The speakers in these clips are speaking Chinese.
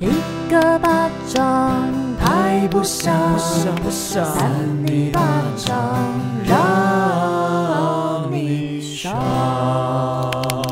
一个巴掌拍不响，扇你巴掌让你伤。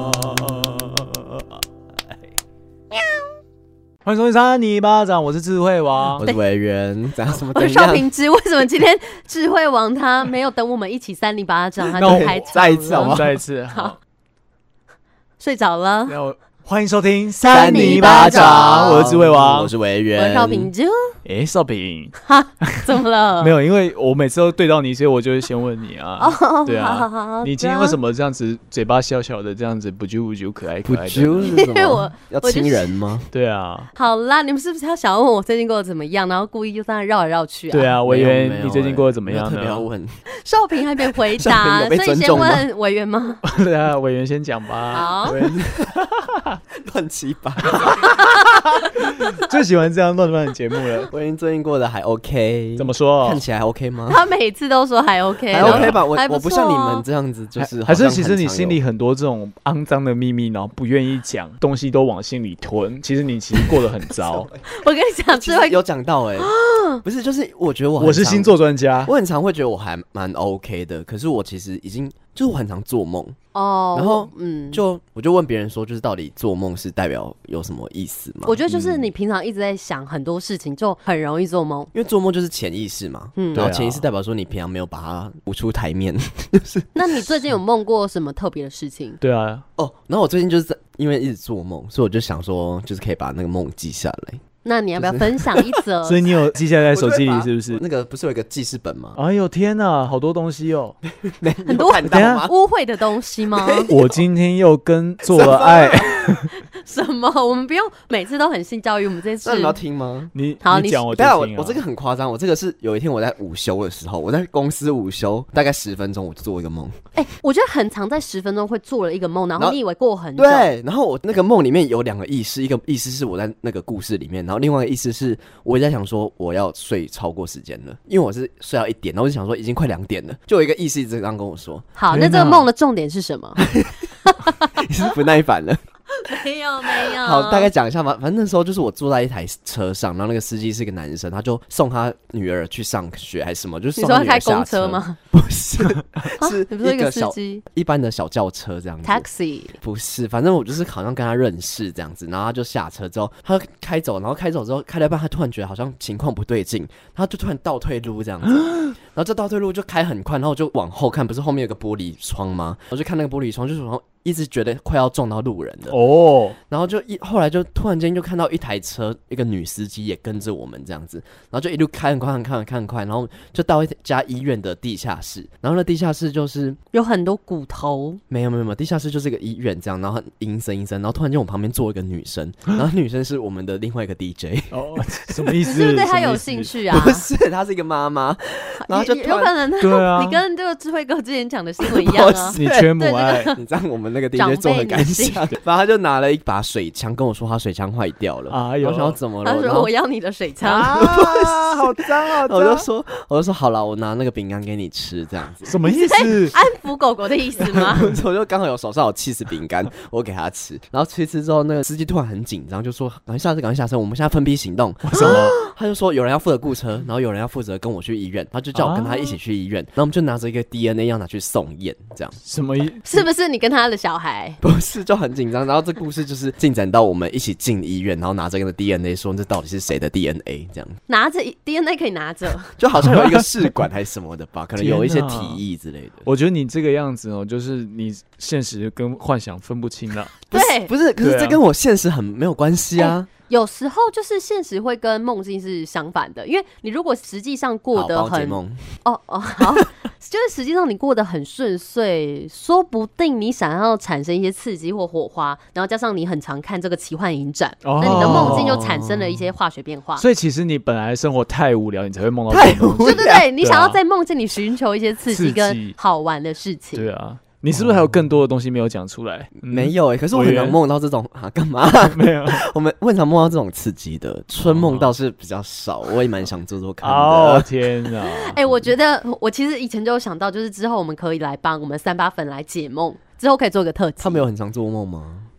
欢迎收听扇你巴掌，我是智慧王， 我是委员，怎样什么？ 我是邵平之，为什么今天智慧王他没有等我们一起扇你巴掌，他就开场了？ 再一次好不好？ 再一次，好， 睡着了。 欢迎收听扇你巴掌我是智慧王， 我是委员， 我是邵平之。 邵平， 哈，怎么了？ 没有，因为我每次都对到你，所以我就会先问你啊。 哦， 对啊， 好你今天为什么这样子，嘴巴小小的这样子，不啾不啾，可爱可爱的？ 因为我要亲人吗？ 对啊。 好啦，你们是不是要想问我最近过得怎么样，然后故意就在那绕来绕去啊？ 对啊，委员，你最近过得怎么样呢？ 特别要问， 邵平还没回答，所以先问委员吗？ 对啊，委员先讲吧。 好， 乱七八糟，最喜欢这样乱乱的节目了。 委员最近过得还 OK， 怎么说？ 看起来还 OK 吗？ 他每次都说还 OK， 还 OK 吧？我不不像你们这样子，就是还是其实你心里很多这种肮脏的秘密，然后不愿意讲，东西都往心里吞。其实你其实过得很糟。 我跟你讲，智慧有讲到不是，就是我觉得我是星座专家， 我很常会觉得我还蛮 OK 的，可是我其实已经就是我很常做梦。 哦， 然后我就问别人说，就是到底做梦是代表有什么意思吗？ 我觉得就是你平常一直在想很多事情，就很容易做梦， 因为做梦就是潜意识嘛，然后潜意识代表说你平常没有把它浮出台面。 那你最近有梦过什么特别的事情？ 对啊， 然后我最近就是因为一直做梦，所以我就想说，就是可以把那个梦记下来。 那你要不要分享一则？ 所以你有记下来在手机里是不是？ 那个不是有一个记事本吗？ 哎呦天哪，好多东西哦， 很多污秽的东西吗？ 我今天又跟做了爱。 什么？我们不用每次都很性教育，我们这次那你要听吗？ 你讲我就听啊。 我这个很夸张，我这个是有一天我在午休的时候，我在公司午休大概10分钟，我就做一个梦。 我觉得很常在10分钟会做了一个梦，然后你以为过很久。 对，然后我那个梦里面有2个意识，一个意思是我在那个故事里面，然后另外一个意思是我在想说我要睡超过时间了，因为我是睡到1点，然后我就想说已经快2点了，就有一个意识一直这样跟我说。 好，那这个梦的重点是什么？ 你是不耐烦了？ 没有。 好，大概讲一下吧。反正那时候就是我坐在一台车上，然后那个司机是个男生，他就送他女儿去上学还是什么，就是送他女儿下车。 你说他开公车吗？ 不是，是你不是一个司机， 一般的小轿车这样子。 Taxi 不是，反正我就是好像跟他认识这样子，然后他就下车之后，他就开走，然后开走之后开了一半，他突然觉得好像情况不对劲，他就突然倒退路这样子，然后这倒退路就开很快，然后我就往后看，不是后面有个玻璃窗吗？我就看那个玻璃窗，就是然后一直觉得快要撞到路人了然后就后来就突然间就看到一台车，一个女司机也跟着我们这样子，然后就一路开很快很快，然后就到一家医院的地下室，然后那地下室就是有很多骨头， 没有，地下室就是一个医院这样，然后很阴森，然后突然间我旁边坐一个女生，然后女生是我们的另外一个 DJ。 什么意思？ 是不是对她有兴趣啊？ 不是，她是一个妈妈，然后就有可能对啊， 你跟这个智慧哥之前讲的新闻一样啊， 你缺母爱， 你知道我们那个 DJ 做很感想，然后他就拿了一把水枪跟我说他水枪坏掉了，我想要怎么了？ 他说我要你的水枪， 好脏好脏， 我就说好了，我拿那个饼干给你吃，这样子。 什么意思？ 安抚狗狗的意思吗？ 我就刚好有手上有起司饼干，我给他吃，然后吃之后，那个司机突然很紧张，就说赶快下车，我们现在分批行动。 为什么？ 他就说有人要负责雇车，然后有人要负责跟我去医院，他就叫我跟他一起去医院，然后我们就拿着一个 DNA 要拿去送验，这样。 什么意思？ 是不是你跟他的小孩？ 不是，就很紧张。然后这故事就是进展到我们一起进医院，然后拿着那个 DNA 说这到底是谁的 DNA 这样。 拿着 DNA 可以拿着， 就好像有一个试管还是什么的吧，可能有一些体液之类的。 我觉得你这个样子就是你现实跟幻想分不清了。 对， 不是，可是这跟我现实很没有关系啊。 有时候就是现实会跟梦境是相反的，因为你如果实际上过得很好，就是实际上你过得很顺遂，说不定你想要产生一些刺激或火花，然后加上你很常看这个奇幻影展，那你的梦境就产生了一些化学变化。 所以其实你本来生活太无聊，你才会梦到太无聊。 对，你想要在梦境里寻求一些刺激跟好玩的事情。 对啊。你是不是还有更多的东西没有讲出来？ 没有可是我很常梦到这种干嘛？ 没有， 我很常梦到这种刺激的，春梦倒是比较少，我也蛮想做做看的。 天哪！ 我觉得我其实以前就有想到，就是之后我们可以来帮我们38粉来解梦，之后可以做一个特辑。 他们有很常做梦吗？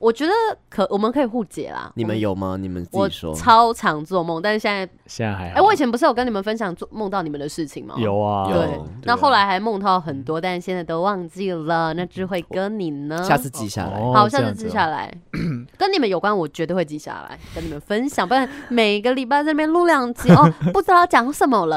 我觉得我们可以互解啦。 你们有吗？你们自己说。 我超常做梦，但是现在还好。 我以前不是有跟你们分享梦到你们的事情吗？ 有啊， 对。那后来还梦到很多，但是现在都忘记了。那智慧哥你呢？ 下次记下来。 好，下次记下来。跟你们有关，我绝对会记下来，跟你们分享。不然每个礼拜在那边录2集不知道讲什么了。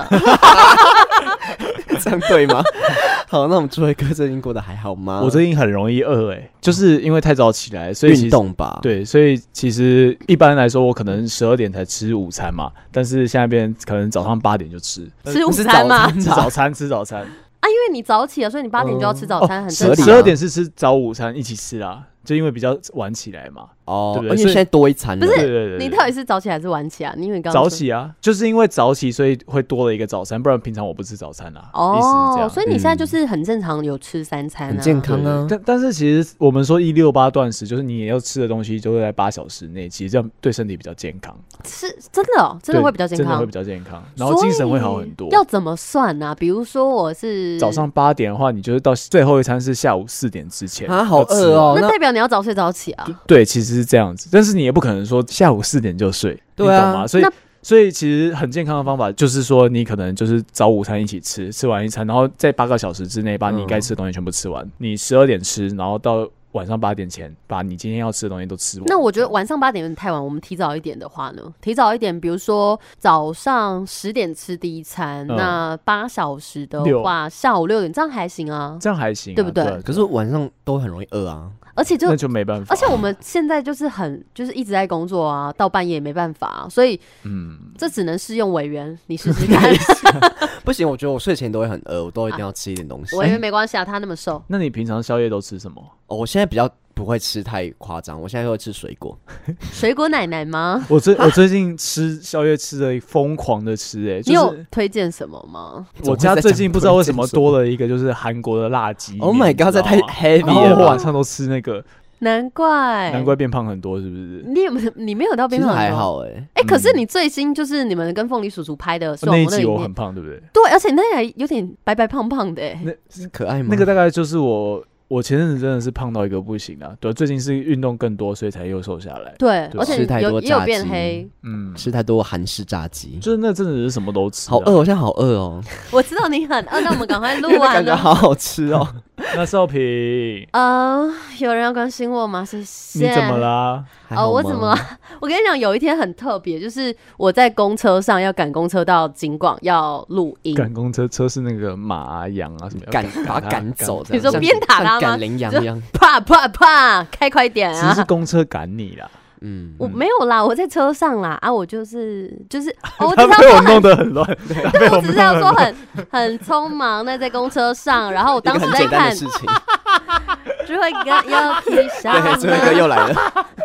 这样对吗？好，那我们智慧哥最近过得还好吗？ 我最近很容易饿就是因为太早起来，所以运动吧。 对，所以其实一般来说，我可能12点才吃午餐嘛，但是现在变可能早上8点就吃。 吃午餐吗？ 吃早餐，吃早餐。 因为你早起了，所以你8点就要吃早餐，很正常。 12点是吃早午餐一起吃啦，就因为比较晚起来嘛。对不对？ 因为现在多一餐了。 不是， 对， 你到底是早起还是晚起啊？因为刚早起啊，就是因为早起，所以会多了一个早餐，不然平常我不吃早餐啊。意思是这样。 所以你现在就是很正常，有吃3餐， 很健康啊。 但是其实我们说168断食，就是你也要吃的东西就会在8小时内，其实这样对身体比较健康。 是真的真的会比较健康， 真的会比较健康，然后精神会好很多。 要怎么算啊？比如说我是早上8点的话，你就是到最后一餐是下午4点之前啊，好饿哦。 那代表你要早睡早起啊？ 对，其实是这样子，但是你也不可能说下午4点就睡， 对啊， 你懂吗？所以其实很健康的方法就是说，你可能就是早午餐一起吃完一餐，然后在8个小时之内把你该吃的东西全部吃完。你12点吃，然后到晚上8点前把你今天要吃的东西都吃完。 那我觉得晚上8点有点太晚，我们提早一点的话呢？提早一点，比如说早上10点吃第一餐，那8小时的话，下午6点，这样还行啊？ 这样还行， 对不对？ 可是晚上都很容易饿啊。 而且那就没办法， 而且我们现在就是一直在工作啊，到半夜也没办法，所以这只能适用委员，你试试看。 不行，我觉得我睡前都会很饿，我都一定要吃一点东西。 委员没关系啊，他那么瘦。 那你平常宵夜都吃什么？ 我现在比较不会吃太夸张，我现在会吃水果。 水果奶奶吗？ 我最近吃宵夜吃的疯狂的吃你有推荐什么吗？ 我家最近不知道为什么多了一个就是韩国的辣鸡。 Oh my god， 这太 heavy 了。 然后我晚上都吃那个。 难怪变胖很多，是不是？ 你没有到变胖很多， 其实还好可是你最新就是你们跟凤梨叔叔拍的那一集我很胖，对不对？ 对，而且那还有点白白胖胖的那是可爱吗？ 那个大概就是我前阵子真的是胖到一个不行啊，对，最近是运动更多，所以才又瘦下来。 对，而且也有变黑， 吃太多韩式炸鸡， 就是那阵子是什么都吃。 好饿，我现在好饿哦。 我知道你很饿，那我们赶快录完了。 感觉好好吃哦。 那少平， 有人要关心我吗？谢谢。 你怎么啦？ 我怎么？我跟你讲，有一天很特别，就是我在公车上要赶公车到景广要录音。 赶公车是那个马羊啊什么？ 把它赶走。 你说鞭打他吗？ 赶羚羊一样。 啪啪啪，开快点啊！ 其实是公车赶你啦。 我没有啦，我在车上啦我就是我被我弄得很乱， 对，我只是要说很匆忙，那在公车上，然后我当时在看事情， 智慧哥要提上， 对，智慧哥又来了，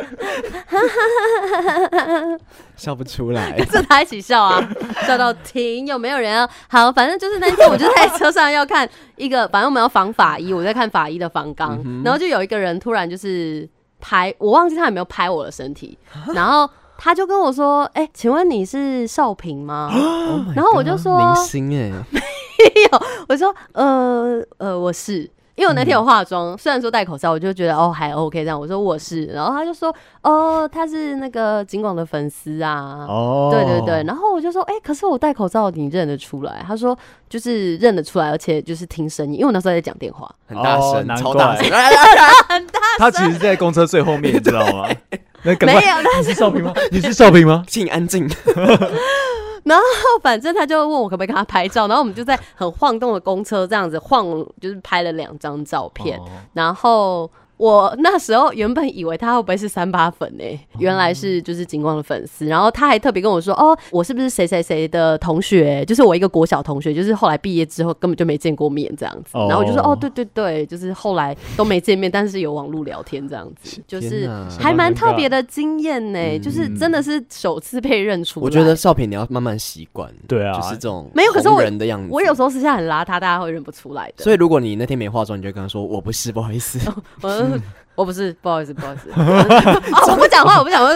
笑不出来， 跟着他一起笑啊，笑到停，有没有人要？好，反正就是那天我就在车上要看一个，反正我们要仿法医，我在看法医的访纲，然后就有一个人突然就是拍，我忘记他有没有拍我的身体，然后他就跟我说：“请问你是少平吗？” Oh、 然后我就说：“ 明星没有。”我说：“我是。”因为我那天有化妆，虽然说戴口罩，我就觉得还 OK 这样。我说我是，然后他就说他是那个景广的粉丝啊。对对对，然后我就说可是我戴口罩你认得出来？他说就是认得出来，而且就是听声音，因为我那时候在讲电话， 很大声，超大声， 很大声。 他其实在公车最后面，你知道吗？没有， 你是少平吗？你是少平吗？ 请安静。 然后反正他就问我可不可以跟他拍照，然后我们就在很晃动的公车这样子晃，就是拍了2张照片。然后我那时候原本以为他会不会是38粉原来是就是景广的粉丝。然后他还特别跟我说我是不是谁谁谁的同学，就是我一个国小同学，就是后来毕业之后根本就没见过面这样子。然后我就说对对对，就是后来都没见面，但是有网络聊天这样子，就是还蛮特别的经验就是真的是首次被认出来。 我觉得少平你要慢慢习惯， 对啊， 就是这种没有，可是人的样子。 我有时候私下很邋遢，大家会认不出来的。 所以如果你那天没化妆，你就跟他说我不是，不好意思。 我不是，不好意思，我不讲话，我不讲话，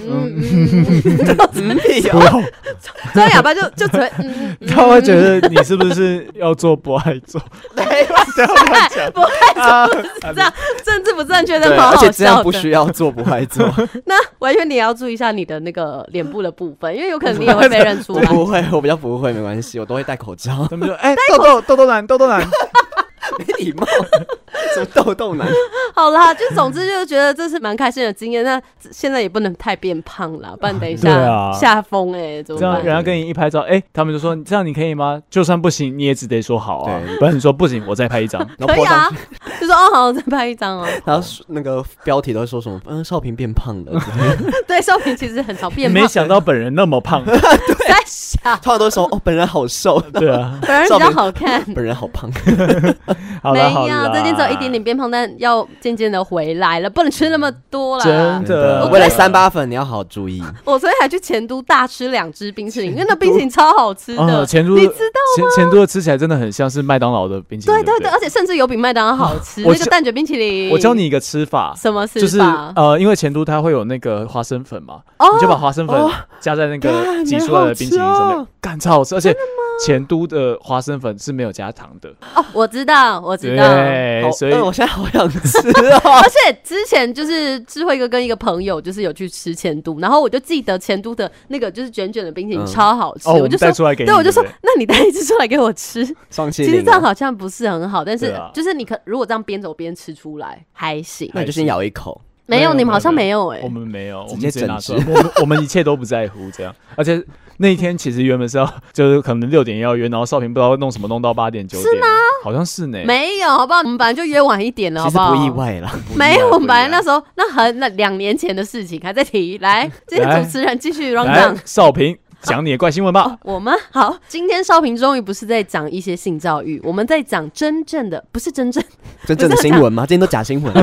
张哑巴就只会， 他会觉得你是不是要做不爱做？ 不爱做，这样政治不正确的， 而且这样不需要做不爱做。 那完全你要注意一下你的那个脸部的部分，因为有可能你也会被认出来。 不会，我比较不会，没关系，我都会戴口罩。 他们说，豆豆男。 没礼貌，什么豆男？ 好啦，就总之就觉得这是蛮开心的经验。那现在也不能太变胖了，不然等一下下风怎么办？ 这样人家跟你一拍照，他们就说这样你可以吗？就算不行，你也只得说好啊，不然你说不行，我再拍一张，然后可以啊，就说好，再拍一张哦。 然后那个标题都会说什么？少平变胖了。 对，少平其实很常变胖。 没想到本人那么胖。 在想， 通常都说本人好瘦。 对啊， 本人比较好看， 本人好胖。 好啦好啦， 最近只有一点点变胖，但要渐渐的回来了，不能吃那么多啦。 真的， 为了38粉，你要好好注意。 我所以还去前都大吃2支冰淇淋，因为那冰淇淋超好吃的。 前都你知道吗？ 前都的吃起来真的很像是麦当劳的冰淇淋。 对，而且甚至有比麦当劳好吃。那个蛋卷冰淇淋， 我教你一个吃法。 什么吃法？ 就是因为前都它会有那个花生粉嘛，你就把花生粉加在那个挤出来的冰淇淋上面，干超好吃，而且前都的花生粉是没有加糖的。 我知道。 对，所以我现在好想吃而且之前就是智慧哥跟一个朋友就是有去吃前都，然后我就记得前都的那个就是卷卷的冰淇淋超好吃，我就说带出来给你。 对，我就说那你带一只出来给我吃。其实这样好像不是很好，但是就是你如果这样边走边吃出来还行。 那你就先咬一口。 没有，你们好像没有我们没有， 直接拿出来。我们一切都不在乎这样，而且那一天其实原本是就是可能6点要约，然后少平不知道弄什么弄到8点9点， 是吗？ 好像是呢。 没有，好不好？我们本来就约晚一点了，好不好？ 其实不意外啦。 没有，我们本来那时候那2年前的事情还在提。来，今天主持人继续 run down。 少平讲你的怪新闻吧。 我吗？好，今天少平终于不是在讲一些性教育，我们在讲真正的，不是真正的新闻吗？今天都假新闻。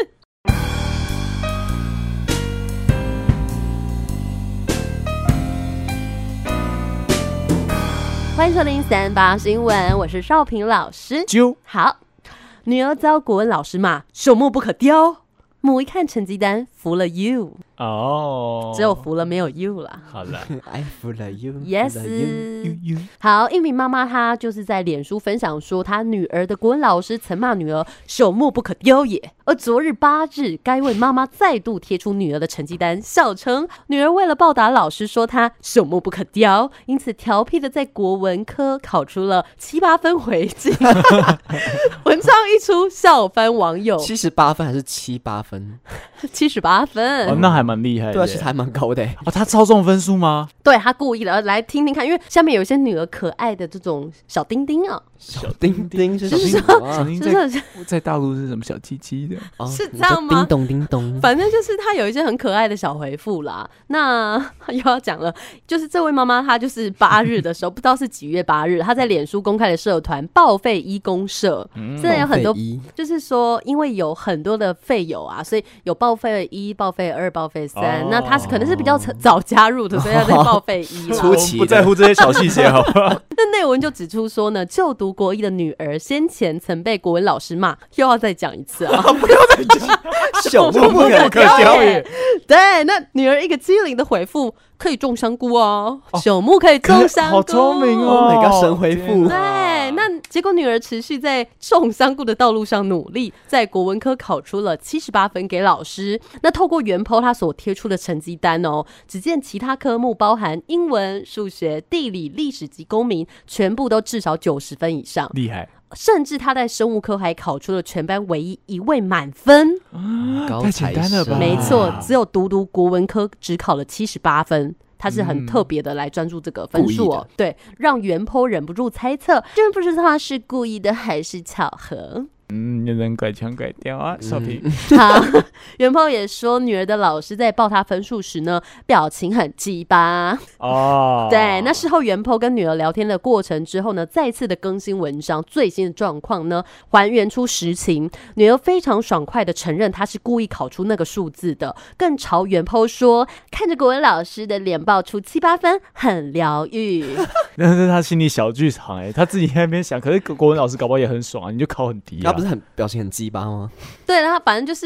欢迎收听38新闻，我是少平老师。好，女儿遭国文老师骂，朽木不可雕。母一看成绩单，服了 you 只有服了没有 you 啦。 好了 ，I 服了 you。Yes， 好，一名妈妈她就是在脸书分享说，她女儿的国文老师曾骂女儿朽木不可雕也。而昨日8日，该位妈妈再度贴出女儿的成绩单，笑称女儿为了报答老师说她朽木不可雕，因此调皮的在国文科考出了7、8分回敬。文章一出，笑翻网友。 78分还是7、8分 ？78分。 那还蛮厉害的。 对啊，其实还蛮高的。 他操纵分数吗？ 对，他故意的。来听听看，因为下面有一些女儿可爱的这种小丁丁啊。 小丁丁是什么？ 在大陆是什么小鸡鸡的？ 是这样吗？ 叮咚叮咚， 反正就是他有一些很可爱的小回复啦。那又要讲了，就是这位妈妈，她就是8日的时候，不知道是几月8日，她在脸书公开的社团报废1公社，现在有很多，就是说因为有很多的废友啊，所以有报废1、报废2、报废3。那他可能是比较早加入的，所以他在报废1。 初期不在乎这些小细节，好不好？ 那内文就指出说呢，就读国1的女儿先前曾被国文老师骂，又要再讲一次啊！ 不要再讲，朽木不可雕也。 对，那女儿一个机灵的回复，可以种香菇哦，朽木可以种香菇， 好聪明哦！ Oh my god， 神回复。 对，那结果女儿持续在种香菇的道路上努力，在国文科考出了78分给老师。那透过原 po 他所贴出的成绩单哦，只见其他科目包含英文、数学、地理、历史及公民，全部都至少90分以上， 厉害。 甚至他在生物科还考出了全班唯一1位满分， 太简单了吧？ 没错，只有独国文科只考了78分。他是很特别的来专注这个分数哦，对，让原 po 忍不住猜测，真不知道他是故意的还是巧合。 有人拐腔拐调啊，少平。 好，原 po 也说，女儿的老师在报她分数时呢，表情很鸡巴哦。对，那事后原 po 跟女儿聊天的过程之后呢，再次的更新文章，最新的状况呢，还原出实情。女儿非常爽快的承认她是故意考出那个数字的，更朝原 po 说，看着国文老师的脸爆出7、8分，很疗愈。 那是他心里小剧场他自己在那边想，可是国文老师搞不好也很爽啊，你就考很低啊。 他不是表情很鸡巴吗？ 对，然后反正就是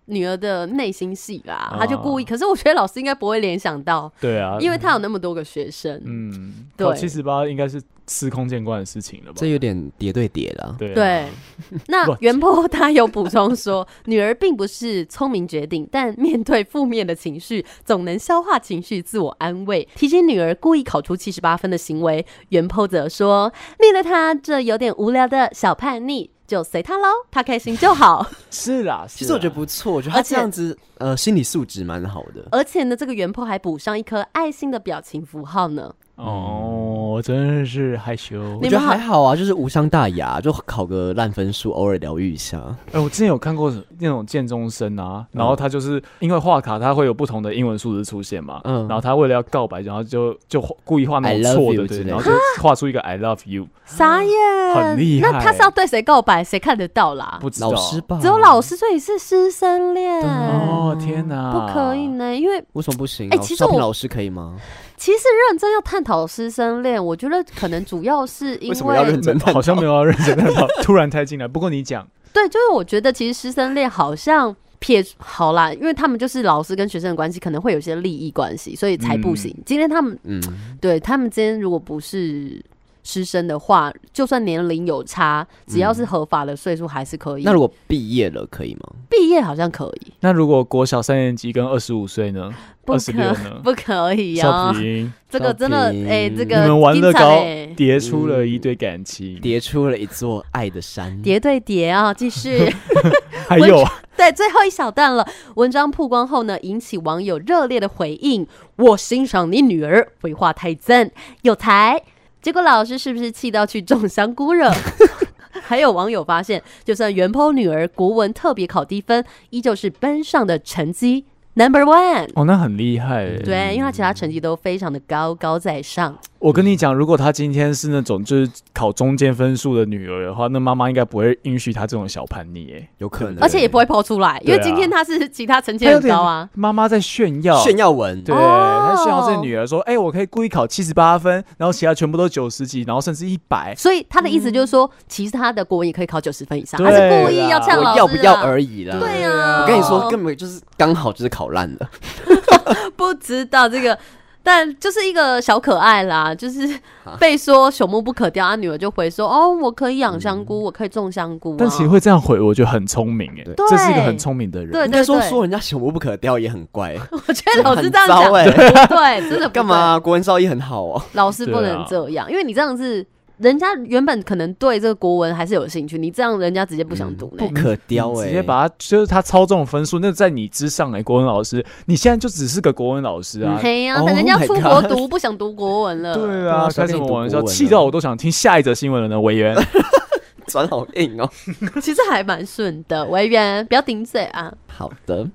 女儿的内心戏啦，他就故意。可是我觉得老师应该不会联想到， 对啊， 因为他有那么多个学生。 对，78应该是司空见惯的事情了吧？ 这有点叠对叠了。 对，那袁坡他有补充说，女儿并不是聪明绝顶，但面对负面的情绪，总能消化情绪，自我安慰。提醒女儿故意考出78分的行为，袁坡则说，面对他这有点无聊的小叛逆，就随他咯，他开心就好。 是啦， 其实我觉得不错，我觉得他这样子心理素质蛮好的。 而且呢，这个袁坡还补上一颗爱心的表情符号呢。 我真的是害羞。 我觉得还好啊，就是无伤大雅，就考个烂分数，偶尔疗愈一下。 我之前有看过那种建中生啊，然后他就是因为画卡，他会有不同的英文数字出现嘛，然后他为了要告白，然后就故意画那种错的，对，然后就画出一个 I love you， 傻眼， 很厉害。 那他是要对谁告白？谁看得到啦？ 不知道， 老师吧？ 只有老师，所以是师生恋。 哦天哪， 不可以呢，因为为什么不行？ 其实老师可以吗？ 其实认真要探讨师生恋，我觉得可能主要是因为为什么要认真探讨？ 好像没有要认真探讨，突然太进来。不过你讲， 对，就是我觉得其实师生恋好像好啦，因为他们就是老师跟学生的关系，可能会有些利益关系，所以才不行。今天他们，对他们之间如果不是师生的话，就算年龄有差，只要是合法的岁数还是可以。 那如果毕业了可以吗？ 毕业好像可以。 那如果国小3年级跟25岁呢？26呢？ 不可以哦。这个真的，这个你们玩乐高叠出了一堆感情， 叠出了一座爱的山， 叠对叠啊！继续， 还有对，最后一小段了。文章曝光后呢，引起网友热烈的回应。我欣赏你女儿，绘画太赞，有才。结果老师是不是气到去种香菇了？还有网友发现，就算袁坡女儿国文特别考低分，依旧是班上的成绩 No.1。 那很厉害耶。 对，因为他其他成绩都非常的高在上。 我跟你讲，如果他今天是那种就是考中间分数的女儿的话，那妈妈应该不会允许他这种小叛逆耶。 有可能， 而且也不会抛出来，因为今天他是其他成绩很高啊。 妈妈在炫耀文， 对，他炫耀这女儿说：“我可以故意考78分，然后其他全部都90几，然后甚至100。” 所以他的意思就是说，其实他的国文也可以考90分以上，他是故意要呛老师我要不要而已啦。 对啊， 我跟你说，根本就是刚好就是考烂了。 不知道这个。但就是一个小可爱啦，就是被说朽木不可雕，他女儿就回说：“我可以养香菇，我可以种香菇。” 但其实会这样回，我觉得很聪明哎，这是一个很聪明的人。 对， 应该说人家朽木不可雕也很怪。 我觉得老师这样讲，对，真的干嘛？国文造诣很好哦， 老师不能这样，因为你这样是。人家原本可能对这个国文还是有兴趣，你这样人家直接不想读不可雕直接把他就是他操纵分数，那在你之上国文老师，你现在就只是个国文老师啊。 嘿啊，等人家出国读，不想读国文了。 对啊，开什么玩笑，气到我都想听下一则新闻了呢。委员转好硬哦， 其实还蛮顺的。委员不要顶嘴啊。 好的。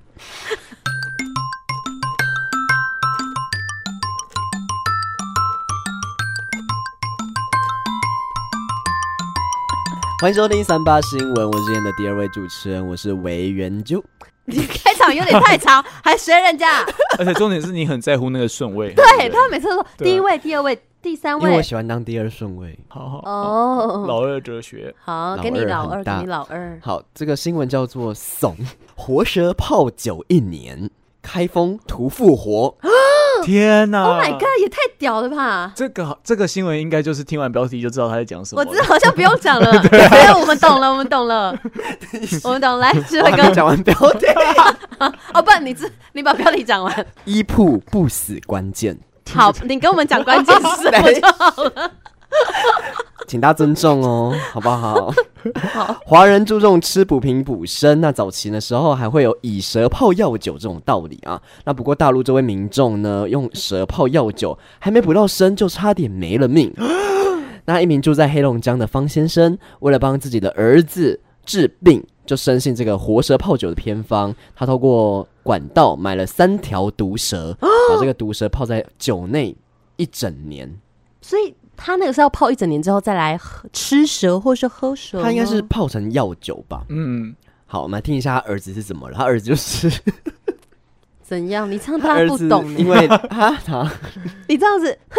欢迎收听38新闻，我是今天的第2位主持人，我是维园啾。 你开场有点太长，还学人家。 而且重点是你很在乎那个顺位。 对，他每次都说第1位、第2位、第3位， 因为我喜欢当第2顺位。 好老二哲学。 好，给你老二，给你老二。 好，这个新闻叫做怂，活蛇泡酒1年，开封图复活。 天哪 ！Oh my god， 也太屌了吧！ 这个新闻应该就是听完标题就知道他在讲什么。 我知道，好像不用讲了。对，我们懂了，我们懂了。来，智慧哥讲完标题。 不然你把标题讲完。 医铺不死关键。 好，你跟我们讲关键是什么就好了。 请大家尊重哦，好不好？华人注重吃补品补身，那早期的时候还会有以蛇泡药酒这种道理啊。那不过大陆这位民众呢，用蛇泡药酒，还没补到身就差点没了命。那一名住在黑龙江的方先生，为了帮自己的儿子治病，就深信这个活蛇泡酒的偏方。他透过管道买了3条毒蛇，把这个毒蛇泡在酒内1整年。 所以他那个是要泡1整年之后再来吃蛇或是喝蛇， 他应该是泡成药酒吧。好，我们来听一下他儿子是怎么了。他儿子就是怎样？你这样他不懂， 因为他你这样子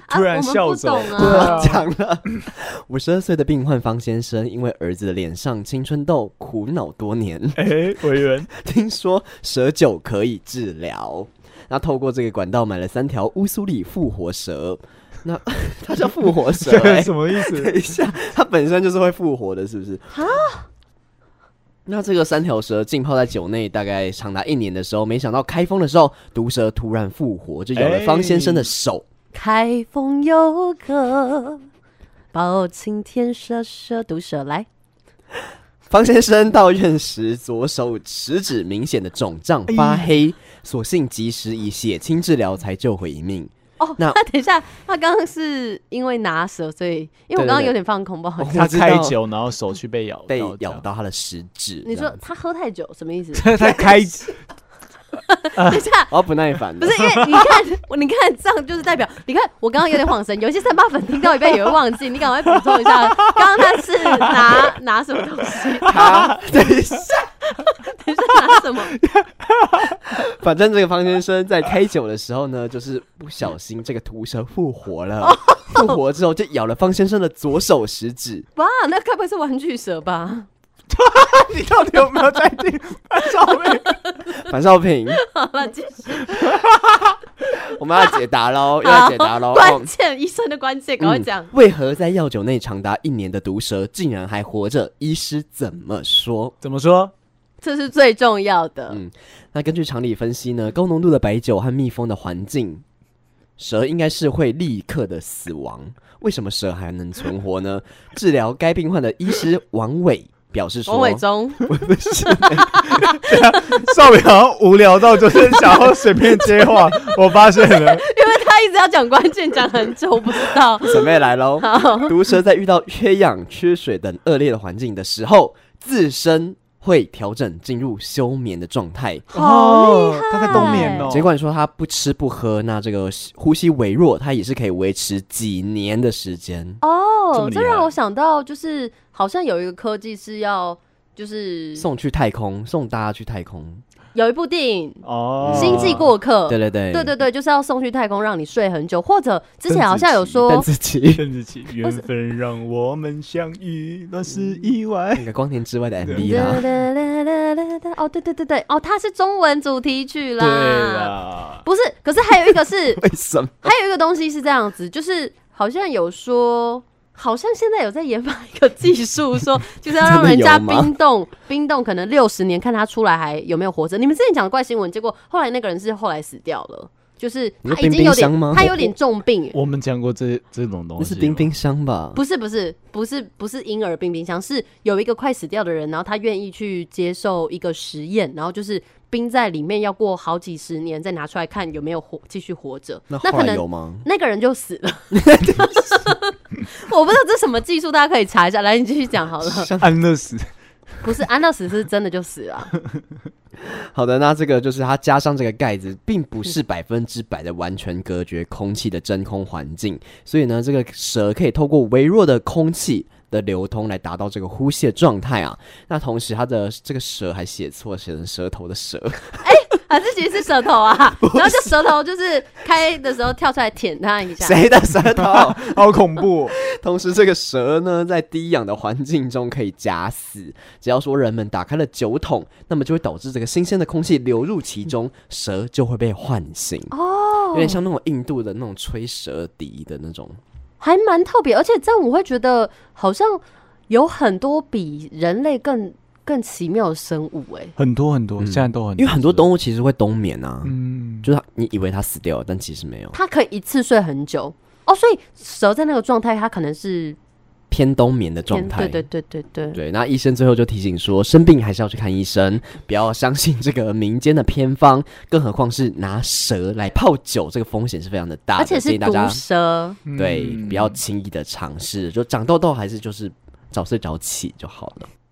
突然笑走我们不懂啊。 讲了，52岁的病患方先生因为儿子的脸上青春痘苦恼多年。 委员听说蛇灸可以治疗，那透过这个管道买了3条乌苏里复活蛇。那它叫复活蛇、 什么意思？ 等一下，它本身就是会复活的，是不是？那这个3条蛇浸泡在酒内大概长达1年的时候，没想到开封的时候，毒蛇突然复活，就咬了方先生的手。 开封有个包青天蛇毒蛇来。 方先生到院时，左手食指明显的肿胀发黑，所幸及时以血清治疗才救回一命。 那等一下，他刚刚是因为拿蛇，所以因为我刚刚有点放空，不好意思。 他开酒，然后手去被咬到他的食指。 你说他喝太久什么意思？ 他开。 等一下， 我不耐烦。 不是因为你看这样就是代表，你看我刚刚有点晃神，有些3八粉听到一半也会忘记，你赶快补充一下。刚刚他是拿什么东西？ 等一下拿什么？ 反正这个方先生在开酒的时候呢，就是不小心这个毒蛇复活了。复活之后就咬了方先生的左手食指。 哇，那该不会是玩具蛇吧？ 你到底有没有在听范少平？ 范少平， 好了，继续。 我们要解答喽，要解答喽。 关键，医生的关键，赶快讲。 为何在药酒内长达1年的毒蛇竟然还活着？医师怎么说？ 怎么说？ 这是最重要的。 那根据常理分析呢，高浓度的白酒和密封的环境，蛇应该是会立刻的死亡。为什么蛇还能存活呢？治疗该病患的医师王伟表示说， 王伟忠不是少平好像无聊到就是想要随便接话，我发现了，因为他一直要讲关键，讲很久，我不知道。 准备来喽！毒蛇在遇到缺氧、缺水等恶劣的环境的时候，自身会调整进入休眠的状态。 好厉害！ 他在冬眠哦。 尽管说他不吃不喝，那这个呼吸微弱，他也是可以维持几年的时间。 这让我想到，就是好像有一个科技是要就是送大家去太空。 有一部电影星际过客》，对，就是要送去太空，让你睡很久，或者之前好像有说邓紫棋缘分让我们相遇，那是意外。 那个光年之外的 MV 啦。 对，它是中文主题曲啦。 对啦， 不是，可是还有一个是为什么？ 还有一个东西是这样子，就是好像有说。好像现在有在研发一个技术，说就是要让人家冰冻可能60年，看他出来还有没有活着。你们之前讲的怪新闻，结果后来那个人是后来死掉了，就是他已经有点重病。 我们讲过这种东西， 那是冰箱吧？ 不是婴儿冰箱，是有一个快死掉的人，然后他愿意去接受一个实验，然后就是冰在里面，要过好几十年再拿出来看有没有继续活着。 那后来有吗？ 那个人就死了。我不知道这是什么技术，大家可以查一下。来，你继续讲好了。 安乐死不是安乐死，是真的就死了。 好的，那这个就是它加上这个盖子，并不是100%的完全隔绝空气的真空环境，所以呢，这个蛇可以透过微弱的空气的流通来达到这个呼吸的状态啊。那同时，它的这个蛇还写错，写成舌头的蛇。 还是其实是舌头啊，然后就舌头就是开的时候跳出来舔它一下。 谁的舌头？ 好恐怖哦！ 同时，这个蛇呢，在低氧的环境中可以假死。只要说人们打开了酒桶，那么就会导致这个新鲜的空气流入其中，蛇就会被唤醒。有点像那种印度的那种吹蛇笛的那种， 还蛮特别。而且这样我会觉得好像有很多比人类更奇妙的生物很多，现在都很多， 因为很多动物其实会冬眠啊，就是你以为它死掉了，但其实没有， 它可以一次睡很久所以蛇在那个状态，它可能是偏冬眠的状态。 对。 那医生最后就提醒说，生病还是要去看医生，不要相信这个民间的偏方，更何况是拿蛇来泡酒，这个风险是非常的大的， 而且是毒蛇， 对，不要轻易的尝试。就长痘痘还是就是早睡早起就好了。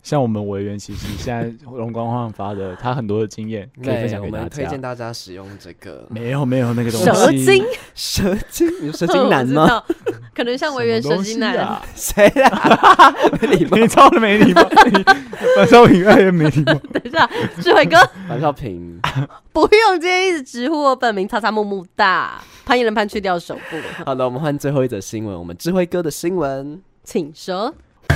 像我们委员其实现在容光焕发的，他很多的经验可以分享给大家。 我们推荐大家使用这个。 没有那个东西。 蛇精， 有蛇精男吗？ 可能像委员蛇精男。 谁啊？没礼貌， 你超的没礼貌，樊少平爱人没礼貌。 等一下，智慧哥， 樊少平， 不用今天一直直呼我本名，叉叉木木大，潘一人潘去掉手部。 好了，我们换最后一则新闻，我们智慧哥的新闻， 请说。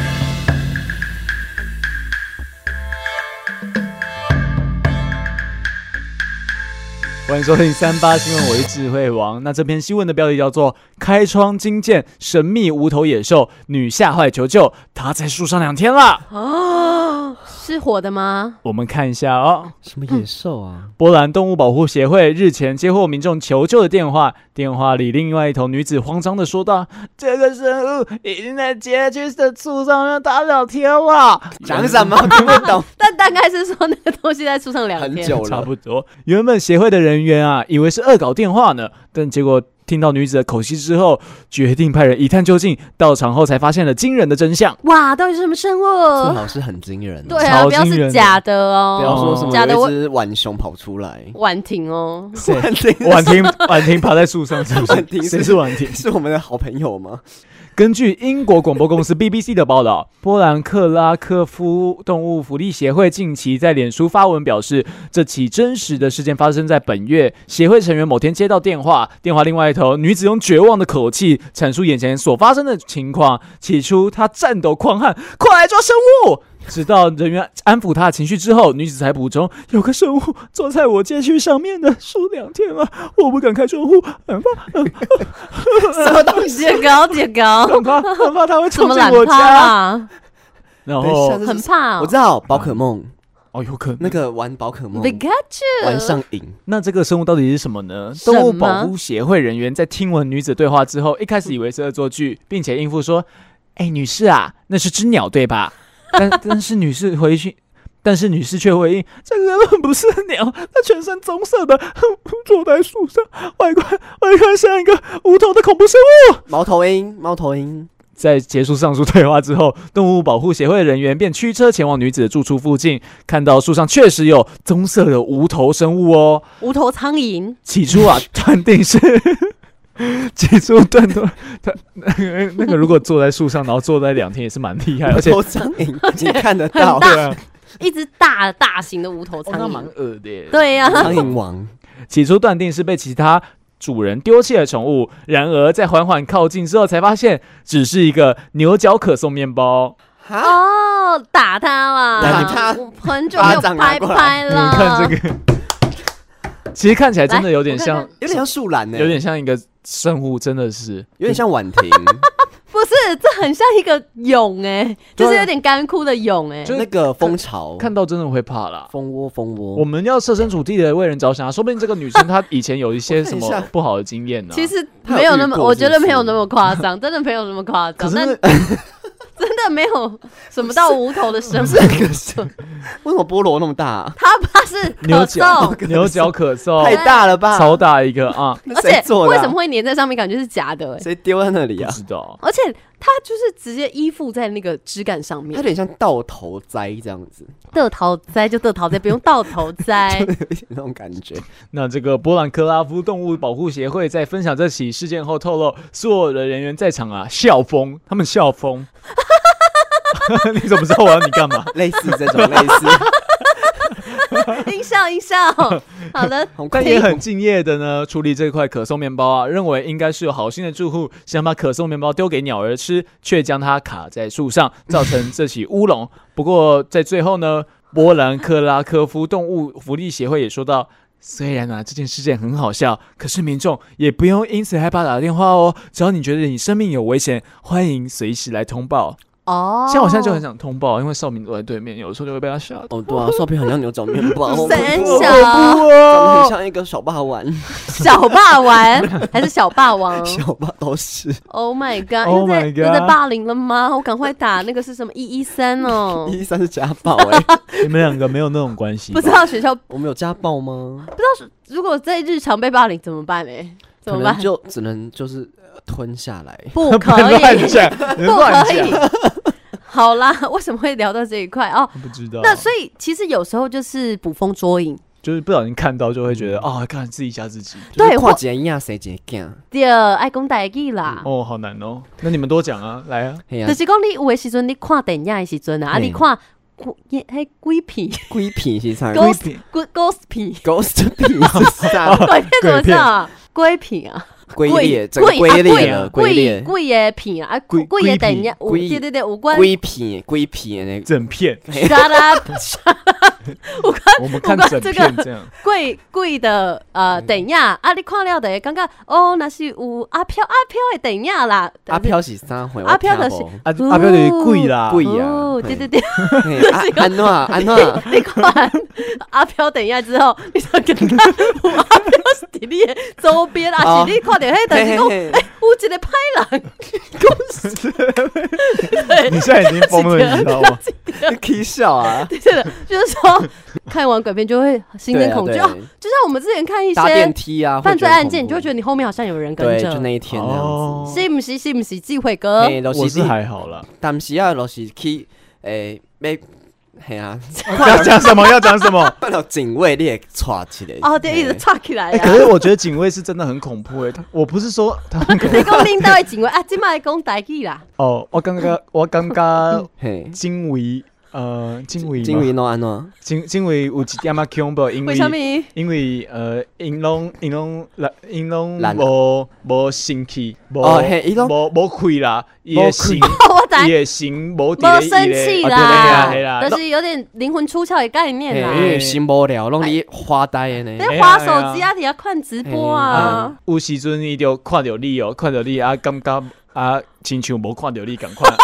欢迎收听38新闻，我是智慧王。那这篇新闻的标题叫做“开窗惊见神秘无头野兽，女吓坏求救，它在树上2天了”。 哦，是活的吗？ 我们看一下哦。 什么野兽啊？ 波兰动物保护协会日前接获民众求救的电话，电话里另外一头女子慌张的说道：“这个生物已经在街区的树上面打2天了。” 讲什么？听不懂。 但大概是说那个东西在树上2天， 很久了， 差不多。原本协会的人员啊，以为是恶搞电话呢，但结果听到女子的口气之后，决定派人一探究竟。到场后才发现了惊人的真相。 哇，到底是什么生物？ 最好是很惊人， 对啊，不要是假的哦， 不要说什么假的有一只浣熊跑出来， 婉婷哦， 婉婷爬在树上，是不是？谁是婉婷？ 是我们的好朋友吗？ 根据英国广播公司 BBC 的报道，波兰克拉科夫动物福利协会近期在脸书发文表示，这起真实的事件发生在本月。协会成员某天接到电话另外一头女子用绝望的口气阐述眼前所发生的情况。起初她颤抖狂喊：“快来抓生物！”直到人员安抚她的情绪之后，女子才补充：“有个生物坐在我街区上面的树2天了，我不敢开窗户，很怕。” 什么东西？ 很怕他会冲进我家啊！ 然后很怕， 我知道宝可梦哦，有可能那个玩宝可梦玩上瘾。 那这个生物到底是什么呢？动物保护协会人员在听闻女子对话之后，一开始以为是恶作剧，并且应付说：“女士啊，那是只鸟对吧？”但是女士却回应：“这个根本不是鸟，它全身棕色的，坐在树上，外观像一个无头的恐怖生物。” 猫头鹰。 在结束上述对话之后，动物保护协会人员便驱车前往女子的住处附近，看到树上确实有棕色的无头生物哦， 无头苍蝇。 起初啊，断定是。那个如果坐在树上，然后坐在2天也是蛮厉害，而且无头苍蝇你看得到， 对啊，一只大型的无头苍蝇， 那蛮恶的耶。 对呀， 苍蝇王。 起初断定是被其他主人丢弃的宠物，然而在缓缓靠近之后，才发现只是一个牛角可颂面包。 哦，打它了， 打它， 很久没有拍了。 你看这个。其实看起来真的有点像， 有点像树懒有点像一个生物，真的是有点像婉婷。 不是，这很像一个蛹就是有点干枯的蛹就那个蜂巢， 看到真的会怕啦。 蜂窝， 我们要设身处地的为人着想说不定这个女生她以前有一些什么不好的经验呢？ 其实没有那么，我觉得没有那么夸张，真的没有那么夸张。可是真的没有什么到无头的生物。 为什么菠萝那么大？ 它怕是牛角可颂， 太大了吧？ 超大一个啊！ 而且为什么会粘在上面？感觉是假的？ 谁丢在那里啊？ 不知道。 而且它就是直接依附在那个枝干上面， 它有点像稻头栽这样子。 得桃栽就得桃栽，不用稻头栽， 就有点那种感觉。 那这个波兰克拉夫动物保护协会在分享这起事件后透露，所有的人员在场啊笑疯，他们笑疯。你怎么知道我要你干嘛？ 类似这种类似。 音效，好的。 但也很敬业的呢，处理这块可颂面包啊，认为应该是有好心的住户想把可颂面包丢给鸟儿吃，却将它卡在树上，造成这起乌龙。不过在最后呢，波兰克拉科夫动物福利协会也说到，虽然这件事件很好笑，可是民众也不用因此害怕打电话哦，只要你觉得你生命有危险，欢迎随时来通报。像我现在就很想通报，因为少平坐在对面，有时候就会被他吓到。 对啊，少平很像牛角面包， 真小， 长得很像一个小霸王。 小霸王还是小霸王？ 小霸都是。 Oh my god！ 又在霸凌了吗？我赶快打那个是什么113哦 ？113是家暴你们两个没有那种关系。 不知道学校我们有家暴吗？ 不知道，如果在日常被霸凌怎么办怎么办？ 就只能就是吞下来， 不可以，不可以。 好啦，为什么会聊到这一块哦？ 不知道。 那所以其实有时候就是捕风捉影。 就是不小心看到就会觉得看自己吓自己。 对，看几个影谁几个囝。 对，爱讲台语啦。 好难哦。那你们多讲啊，来啊。 就是讲你有的时阵你看电影的时阵啊，你看鬼片。 鬼片是啥 ？Ghost 片。 Ghost 片是啥？ 鬼片怎么叫？鬼片啊。 龟裂，整个龟裂了，龟裂， 鬼的片啊，鬼的电影，对，有关鬼片那个整片。 Shut up！ 我们看整片这样。 鬼的电影啊，你看了就会感觉那是有阿飘的电影啦。 阿飘是啥货？ 阿飘就是阿飘就是鬼啦， 鬼啊！ 对。 安怎？ 你看阿飘电影之后，你就感觉有阿飘是伫你的周边啊，是你看。就是讲，有一个歹人， 你现在已经疯了，你知道吗？ 可以笑啊！ 对的，就是说看完鬼片就会心生恐惧，就像我们之前看一些搭电梯啊犯罪案件，你就会觉得你后面好像有人跟着。 对，就那一天那样子。是不是智慧哥？ 我是还好啦， 但是啊，就是去嘿啊！ 要讲什么？ 看到警卫你也抓起来对，一直抓起来。 可是我觉得警卫是真的很恐怖我不是说他很恐怖。 你讲领导的警卫这摆讲台语啦。 我刚刚警卫警卫安怎？ 警卫有一点仔恐怖，因为因拢无生气，无气啦，伊的心无生气啦，就是有点灵魂出窍的概念啦。 心无聊，拢你发呆的呢。 你滑手机啊，底下看直播啊。 有时阵伊就看到你感觉。亲像无看到你同款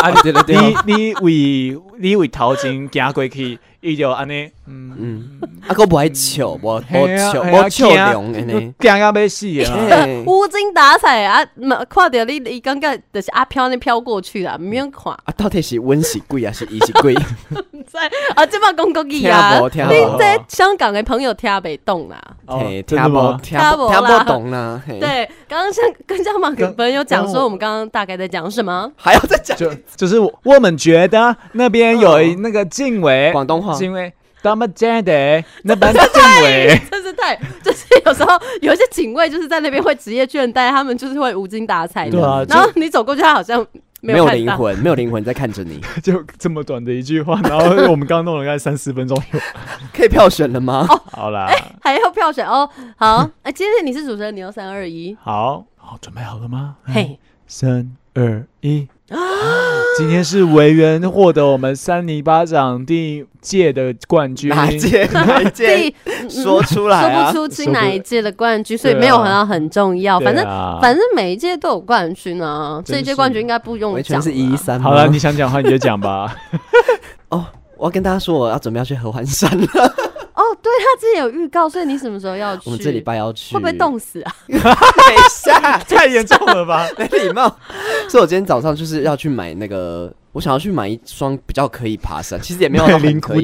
你为头前行过去，伊就安尼， 佫无爱笑，无笑容的呢， 惊到要死啊！ 无精打采啊，看到你，伊感觉就是阿飘那飘过去啦，唔免看。 到底是阮是鬼，还是伊是鬼？ 唔知这摆讲国语啊，你在香港的朋友听袂懂啦， 听不懂啦。 对，刚刚跟江马哥朋友讲说，我们刚刚大概在讲什么？ 还要再讲？ 就是我们觉得那边有那个警卫， 广东话警卫。他们觉得那边警卫真是太，就是有时候有一些警卫就是在那边会职业倦怠，他们就是会无精打采的。 对啊， 然后你走过去，他好像没有灵魂，没有灵魂在看着你。 就这么短的一句话，然后我们刚弄了大概3-4分钟有， 可以票选了吗？ 好啦， 还要票选哦。好，今天你是主持人，你要3、2、1。 好，准备好了吗？ 嘿 ，3、2、1。今天是维园获得我们三尼巴掌第一届的冠军， 哪一届？说出来说不出哪一届的冠军，所以没有很重要。反正每一届都有冠军啊，这一届冠军应该不用讲。 是113。 好了，你想讲话你就讲吧。 我要跟大家说，我要准备要去合欢山了。 对，他之前有预告，所以你什么时候要去？ 我们这礼拜要去， 会不会冻死啊？ 等一下， 太严重了吧？ 没礼貌。所以我今天早上就是要去买那个，我想要去买一双比较可以爬山，其实也没有到很可以。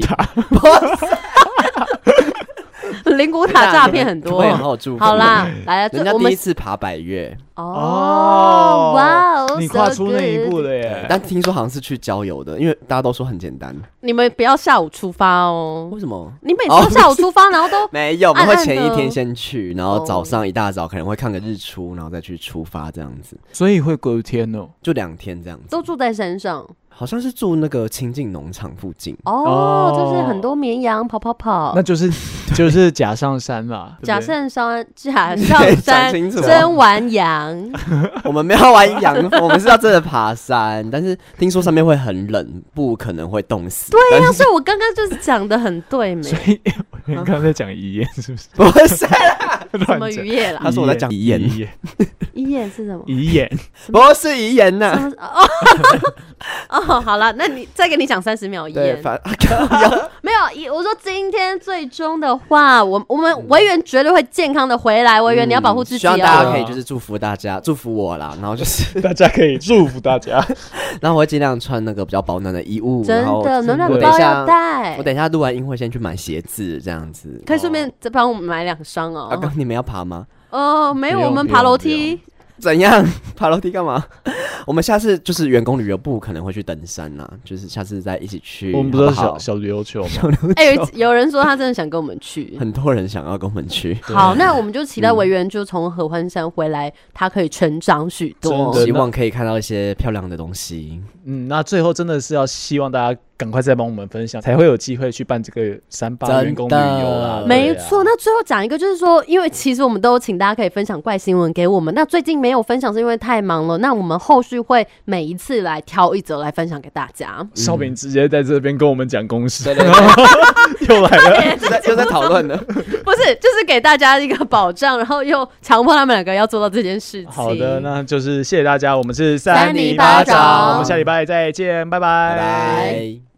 灵骨塔诈骗很多，好啦，来了， 人家第一次爬百岳。 哇哦， 你跨出那一步了耶！ 但听说好像是去郊游的，因为大家都说很简单。 你们不要下午出发哦。 为什么？ 你每次都下午出发，然后都没有，我们会前一天先去，然后早上一大早可能会看个日出，然后再去出发这样子。 所以会隔天哦， 就2天这样子。 都住在山上。 好像是住那个清境农场附近就是很多绵羊跑， 那就是假上山嘛， 假上山真玩羊， 我们没有玩羊，我们是要真的爬山，但是听说上面会很冷，不可能会冻死。 对呀，所以我刚刚就是讲的很对没？ 所以你刚刚在讲遗言是不是？ 不是啦， 什么渔业啦？ 他说我在讲遗言， 遗言是什么？ 遗言不是遗言呐。 好了，那你再给你讲30秒遗言。没有，我说今天最终的话，我们维园绝对会健康的回来。维园你要保护自己哦。 希望大家可以就是祝福大家，祝福我啦，然后就是大家可以祝福大家。 然后我会尽量穿那个比较保暖的衣物， 真的暖暖包要带。 我等一下录完音会先去买鞋子，这样子可以顺便再帮我们买2双哦。 刚你们要爬吗？ 没有，我们爬楼梯。 怎样？爬楼梯干嘛？我们下次就是员工旅游部可能会去登山啦，就是下次再一起去。 我们不是小琉球吗？ 有人说他真的想跟我们去， 很多人想要跟我们去。 好，那我们就期待维园就从合欢山回来，他可以成长许多， 希望可以看到一些漂亮的东西。 那最后真的是要希望大家赶快再帮我们分享，才会有机会去办这个38员工旅游啦。 没错，那最后讲一个，就是说，因为其实我们都请大家可以分享怪新闻给我们，那最近没有分享是因为太忙了，那我们后续会每一次来挑一则来分享给大家。 少平直接在这边跟我们讲公式， 又来了，又在讨论了。 不是，就是给大家一个保障，然后又强迫他们两个要做到这件事情。 好的，那就是谢谢大家，我们是三尼巴掌， 我们下礼拜再见，拜拜。 拜拜。